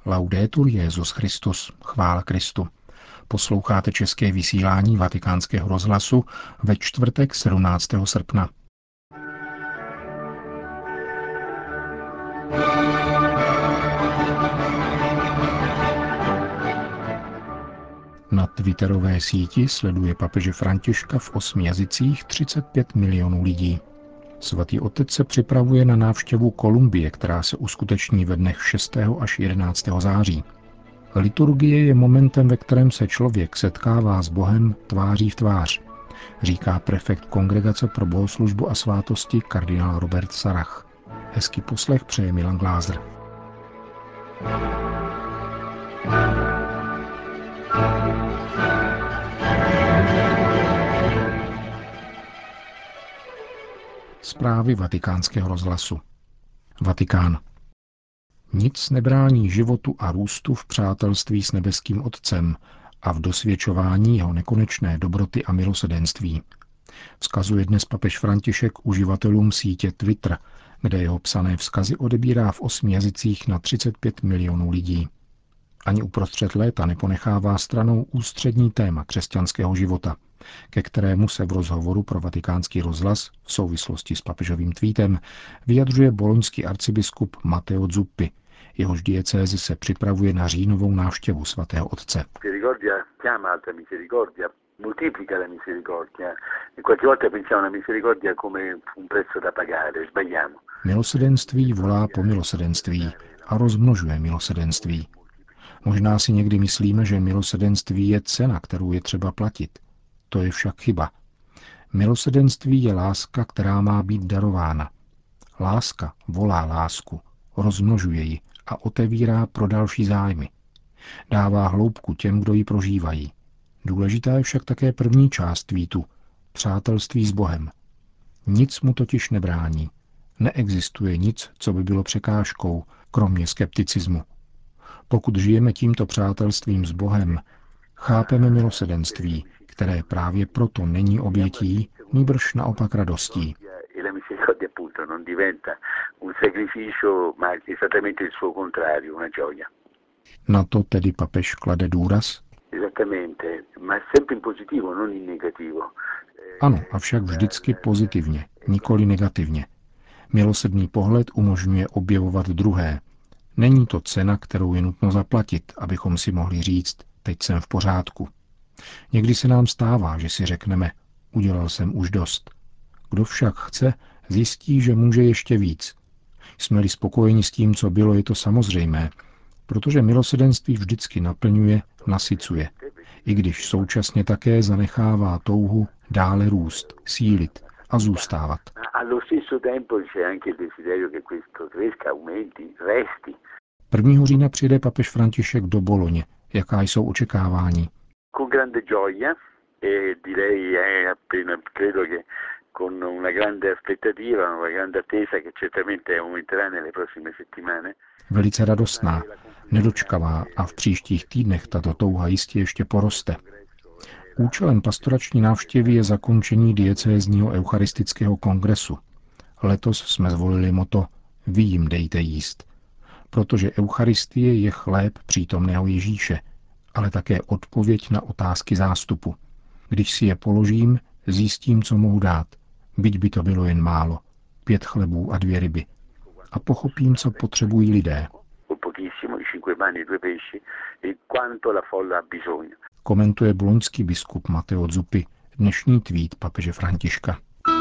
Laudetur Jesus Christus, chvála Kristu. Posloucháte české vysílání Vatikánského rozhlasu ve čtvrtek 17. srpna. Na twitterové síti sleduje papeže Františka v 8 jazycích 35 milionů lidí. Svatý otec se připravuje na návštěvu Kolumbie, která se uskuteční ve dnech 6. až 11. září. Liturgie je momentem, ve kterém se člověk setkává s Bohem tváří v tvář, říká prefekt Kongregace pro bohoslužbu a svátosti kardinál Robert Sarach. Hezký poslech přeje Milan Glázer. Zprávy Vatikánského rozhlasu. Vatikán. Nic nebrání životu a růstu v přátelství s nebeským Otcem a v dosvědčování jeho nekonečné dobroty a milosedenství. Vzkazuje dnes papež František uživatelům sítě Twitter, kde jeho psané vzkazy odebírá v 8 jazycích na 35 milionů lidí. Ani uprostřed léta neponechává stranou ústřední téma křesťanského života, ke kterému se v rozhovoru pro Vatikánský rozhlas v souvislosti s papežovým tweetem vyjadřuje boloňský arcibiskup Matteo Zuppi. Jehož diecéze se připravuje na říjnovou návštěvu svatého otce. Milosedenství volá po milosedenství a rozmnožuje milosedenství. Možná si někdy myslíme, že milosedenství je cena, kterou je třeba platit. To je však chyba. Milosedenství je láska, která má být darována. Láska volá lásku, rozmnožuje ji a otevírá pro další zájmy. Dává hloubku těm, kdo ji prožívají. Důležitá je však také první část tweetu, přátelství s Bohem. Nic mu totiž nebrání. Neexistuje nic, co by bylo překážkou, kromě skepticismu. Pokud žijeme tímto přátelstvím s Bohem, chápeme milosedenství, které právě proto není obětí, nýbrž naopak radostí. Na to tedy papež klade důraz? Ano, avšak vždycky pozitivně, nikoli negativně. Milosrdný pohled umožňuje objevovat druhé. Není to cena, kterou je nutno zaplatit, abychom si mohli říct, teď jsem v pořádku. Někdy se nám stává, že si řekneme, udělal jsem už dost. Kdo však chce, zjistí, že může ještě víc. Jsme-li spokojeni s tím, co bylo, je to samozřejmé, protože milosedenství vždycky naplňuje, nasycuje, i když současně také zanechává touhu dále růst, sílit a zůstávat. 1. října přijde papež František do Boloně. Jaká jsou očekávání? Velice radostná, nedočkavá a v příštích týdnech tato touha jistě ještě poroste. Účelem pastorační návštěvy je zakončení diecézního eucharistického kongresu. Letos jsme zvolili motto Vy jim dejte jíst, protože eucharistie je chléb přítomného Ježíše, ale také odpověď na otázky zástupu. Když si je položím, zjistím, co mohu dát, byť by to bylo jen málo, 5 chlebů a 2 ryby. A pochopím, co potřebují lidé. Komentuje boloňský biskup Matteo Zuppi dnešní tweet papeže Františka.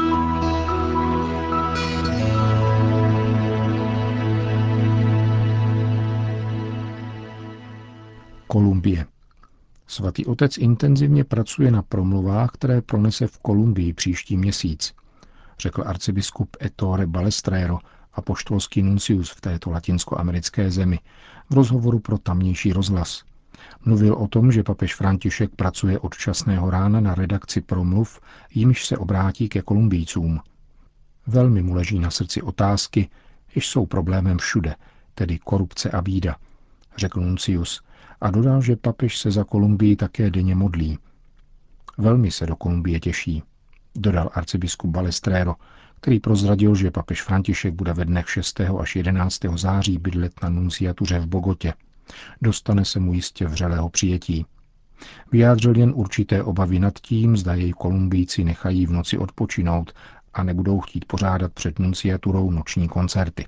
Kolumbie. Svatý otec intenzivně pracuje na promluvách, které pronese v Kolumbii příští měsíc, řekl arcibiskup Ettore Balestrero, apoštolský nuncius v této latinskoamerické zemi, v rozhovoru pro tamnější rozhlas. Mluvil o tom, že papež František pracuje od časného rána na redakci promluv, jimž se obrátí ke Kolumbijcům. Velmi mu leží na srdci otázky, jež jsou problémem všude, tedy korupce a bída, řekl nuncius a dodal, že papež se za Kolumbii také denně modlí. Velmi se do Kolumbie těší, dodal arcibiskup Balestrero, který prozradil, že papež František bude ve dnech 6. až 11. září bydlet na nunciatuře v Bogotě. Dostane se mu jistě vřelého přijetí. Vyjádřil jen určité obavy nad tím, zda jej Kolumbijci nechají v noci odpočinout a nebudou chtít pořádat před nunciaturou noční koncerty.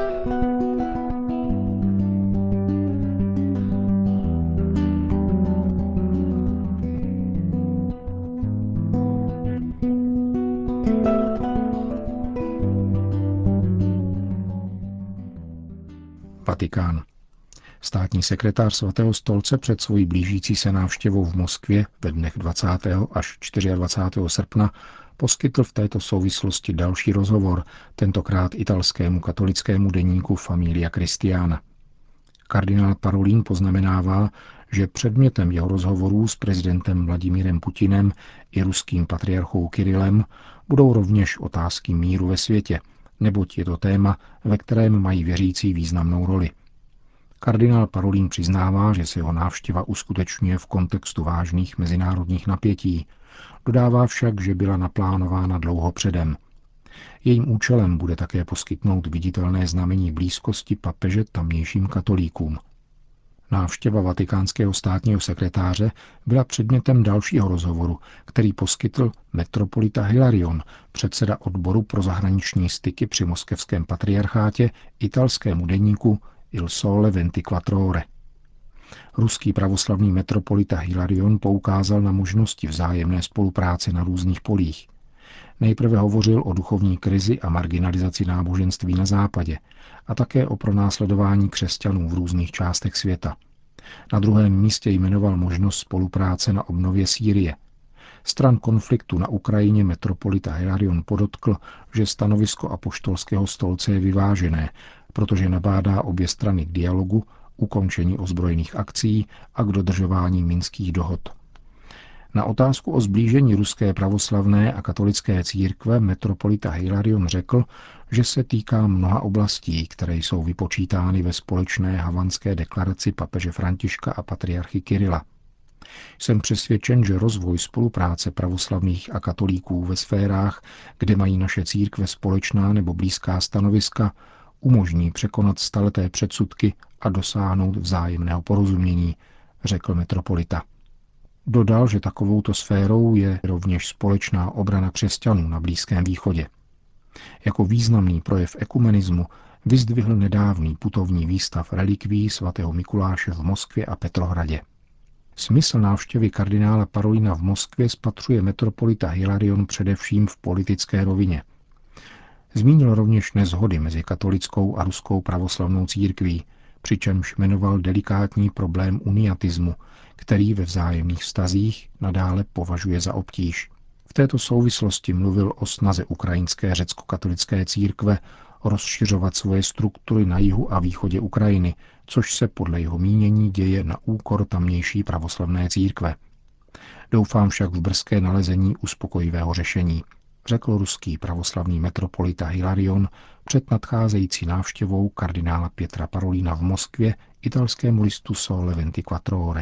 Vatikán. Státní sekretář Svatého stolce před svojí blížící se návštěvou v Moskvě ve dnech 20. až 24. srpna poskytl v této souvislosti další rozhovor, tentokrát italskému katolickému deníku Familia Cristiana. Kardinál Parolin poznamenává, že předmětem jeho rozhovorů s prezidentem Vladimírem Putinem i ruským patriarchou Kirillem budou rovněž otázky míru ve světě, neboť je to téma, ve kterém mají věřící významnou roli. Kardinál Parolin přiznává, že se jeho návštěva uskutečňuje v kontextu vážných mezinárodních napětí. Dodává však, že byla naplánována dlouho předem. Jejím účelem bude také poskytnout viditelné znamení blízkosti papeže tamnějším katolíkům. Návštěva vatikánského státního sekretáře byla předmětem dalšího rozhovoru, který poskytl metropolita Hilarion, předseda odboru pro zahraniční styky při moskevském patriarchátě, italskému deníku Il Sole 24 Ore. Ruský pravoslavný metropolita Hilarion poukázal na možnosti vzájemné spolupráce na různých polích. Nejprve hovořil o duchovní krizi a marginalizaci náboženství na západě a také o pronásledování křesťanů v různých částech světa. Na druhém místě jmenoval možnost spolupráce na obnově Sýrie. Stran konfliktu na Ukrajině metropolita Hilarion podotkl, že stanovisko apoštolského stolce je vyvážené, protože nabádá obě strany k dialogu, ukončení ozbrojených akcí a k dodržování minských dohod. Na otázku o sblížení ruské pravoslavné a katolické církve metropolita Hilarion řekl, že se týká mnoha oblastí, které jsou vypočítány ve společné havanské deklaraci papeže Františka a patriarchy Kirila. Jsem přesvědčen, že rozvoj spolupráce pravoslavných a katolíků ve sférách, kde mají naše církve společná nebo blízká stanoviska, umožní překonat staleté předsudky a dosáhnout vzájemného porozumění, řekl metropolita. Dodal, že takovouto sférou je rovněž společná obrana křesťanů na Blízkém východě. Jako významný projev ekumenismu vyzdvihl nedávný putovní výstav relikví svatého Mikuláše v Moskvě a Petrohradě. Smysl návštěvy kardinála Parolina v Moskvě spatřuje metropolita Hilarion především v politické rovině. Zmínil rovněž neshody mezi katolickou a ruskou pravoslavnou církví, přičemž jmenoval delikátní problém uniatismu, který ve vzájemných vztazích nadále považuje za obtíž. V této souvislosti mluvil o snaze ukrajinské řecko-katolické církve rozšiřovat svoje struktury na jihu a východě Ukrajiny, což se podle jeho mínění děje na úkor tamnější pravoslavné církve. Doufám však v brzké nalezení uspokojivého řešení, řekl ruský pravoslavný metropolita Hilarion před nadcházející návštěvou kardinála Pietra Parolina v Moskvě italskému listu Sole 24 Ore.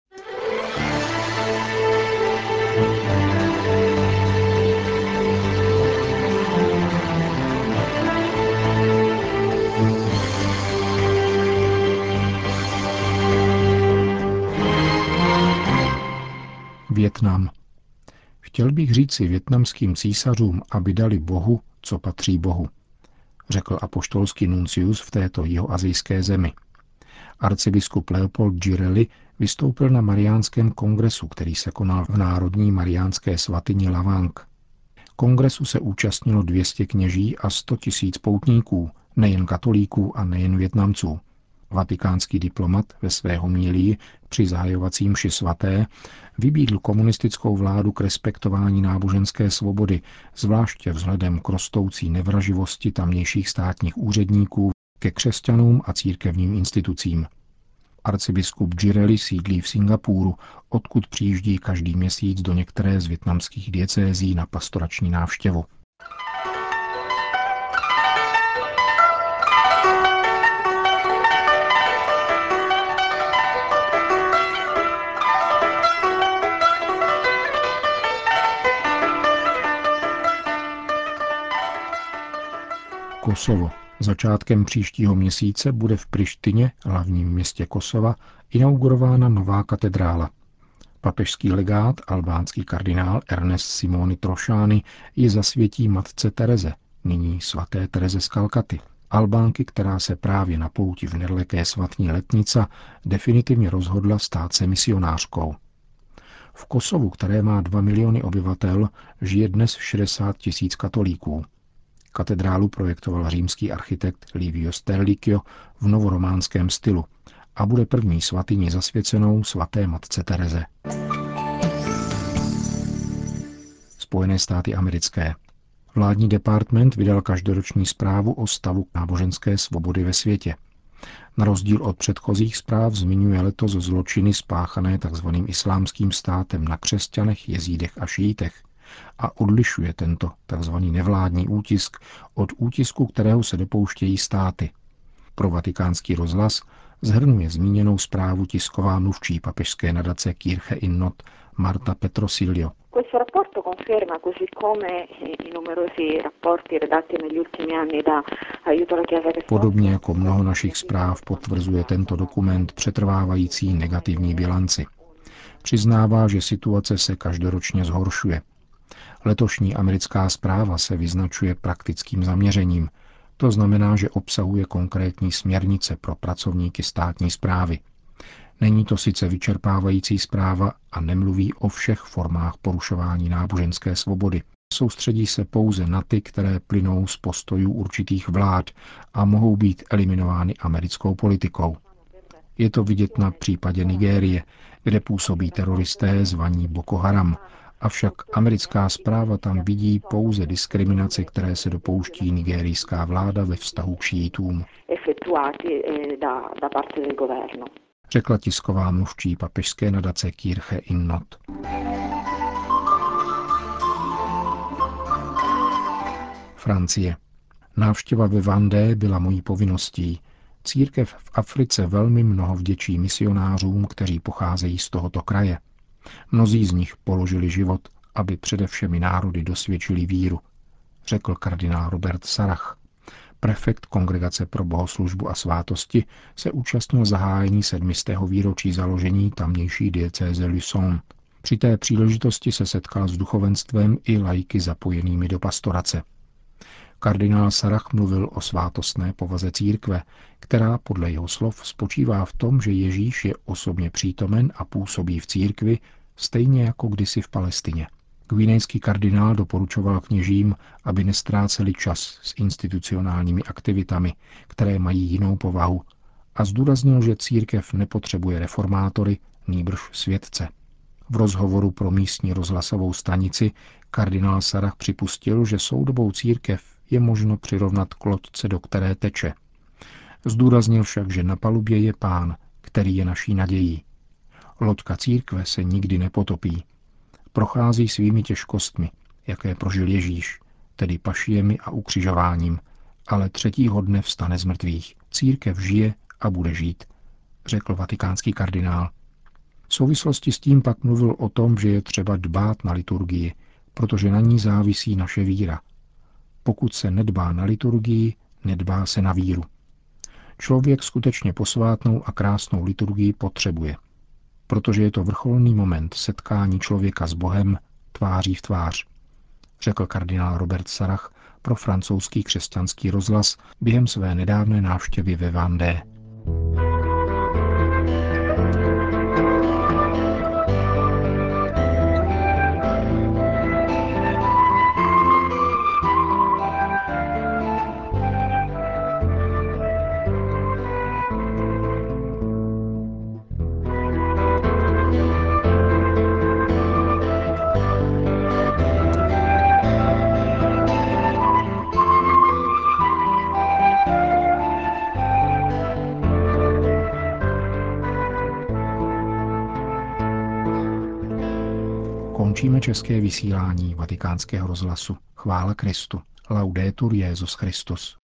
Vietnam. Chtěl bych říci vietnamským císařům, aby dali Bohu, co patří Bohu, řekl apoštolský nuncius v této jihoasijské zemi. Arcibiskup Leopold Girelli vystoupil na Mariánském kongresu, který se konal v národní mariánské svatyni Lavang. Kongresu se účastnilo 200 kněží a 100 000 poutníků, nejen katolíků a nejen Vietnamců. Vatikánský diplomat ve své homílii při zahajovací mši svaté vybídl komunistickou vládu k respektování náboženské svobody, zvláště vzhledem k rostoucí nevraživosti tamnějších státních úředníků ke křesťanům a církevním institucím. Arcibiskup Girelli sídlí v Singapuru, odkud přijíždí každý měsíc do některé z vietnamských diecézí na pastorační návštěvu. Kosovo. Začátkem příštího měsíce bude v Prištině, hlavním městě Kosova, inaugurována nová katedrála. Papežský legát, albánský kardinál Ernest Simony Trošány, ji zasvětí matce Tereze, nyní svaté Tereze z Kalkaty, Albánky, která se právě na pouti v nedaleké svatní Letnica definitivně rozhodla stát se misionářkou. V Kosovu, které má 2 miliony obyvatel, žije dnes 60 000 katolíků. Katedrálu projektoval římský architekt Livio Sterlikio v novorománském stylu a bude první svatyní zasvěcenou svaté matce Tereze. Spojené státy americké. Vládní department vydal každoroční zprávu o stavu náboženské svobody ve světě. Na rozdíl od předchozích zpráv zmiňuje letos zločiny spáchané tzv. Islámským státem na křesťanech, jezídech a šítech a odlišuje tento tzv. Nevládní útisk od útisku, kterého se dopouštějí státy. Pro Vatikánský rozhlas shrnuje zmíněnou zprávu tisková mluvčí papežské nadace Kirche in Not Marta Petrosilio. Podobně jako mnoho našich zpráv potvrzuje tento dokument přetrvávající negativní bilanci. Přiznává, že situace se každoročně zhoršuje. Letošní americká zpráva se vyznačuje praktickým zaměřením. To znamená, že obsahuje konkrétní směrnice pro pracovníky státní správy. Není to sice vyčerpávající zpráva a nemluví o všech formách porušování náboženské svobody. Soustředí se pouze na ty, které plynou z postojů určitých vlád a mohou být eliminovány americkou politikou. Je to vidět na případě Nigérie, kde působí teroristé zvaní Boko Haram, avšak americká zpráva tam vidí pouze diskriminaci, které se dopouští nigérijská vláda ve vztahu k šítům. Řekla tisková mluvčí papežské nadace Kirche in Not. Francie. Návštěva ve Vendée byla mojí povinností. Církev v Africe velmi mnoho vděčí misionářům, kteří pocházejí z tohoto kraje. Mnozí z nich položili život, aby přede všemi národy dosvědčili víru, řekl kardinál Robert Sarach. Prefekt Kongregace pro bohoslužbu a svátosti se účastnil zahájení 700. výročí založení tamnější diecéze Luçon. Při té příležitosti se setkal s duchovenstvem i laiky zapojenými do pastorace. Kardinál Sarach mluvil o svátostné povaze církve, která podle jeho slov spočívá v tom, že Ježíš je osobně přítomen a působí v církvi, stejně jako kdysi v Palestině. Guinejský kardinál doporučoval kněžím, aby nestráceli čas s institucionálními aktivitami, které mají jinou povahu, a zdůraznil, že církev nepotřebuje reformátory, nýbrž světce. V rozhovoru pro místní rozhlasovou stanici kardinál Sarach připustil, že soudobou církev je možno přirovnat k lodce, do které teče. Zdůraznil však, že na palubě je Pán, který je naší nadějí. Loďka církve se nikdy nepotopí. Prochází svými těžkostmi, jaké prožil Ježíš, tedy pašiemi a ukřižováním, ale 3. dne vstane z mrtvých. Církev žije a bude žít, řekl vatikánský kardinál. V souvislosti s tím pak mluvil o tom, že je třeba dbát na liturgii, protože na ní závisí naše víra. Pokud se nedbá na liturgii, nedbá se na víru. Člověk skutečně posvátnou a krásnou liturgii potřebuje, protože je to vrcholný moment setkání člověka s Bohem tváří v tvář, řekl kardinál Robert Sarach pro francouzský křesťanský rozhlas během své nedávné návštěvy ve Vendée. Končíme české vysílání Vatikánského rozhlasu. Chvála Kristu. Laudetur Jesus Christus.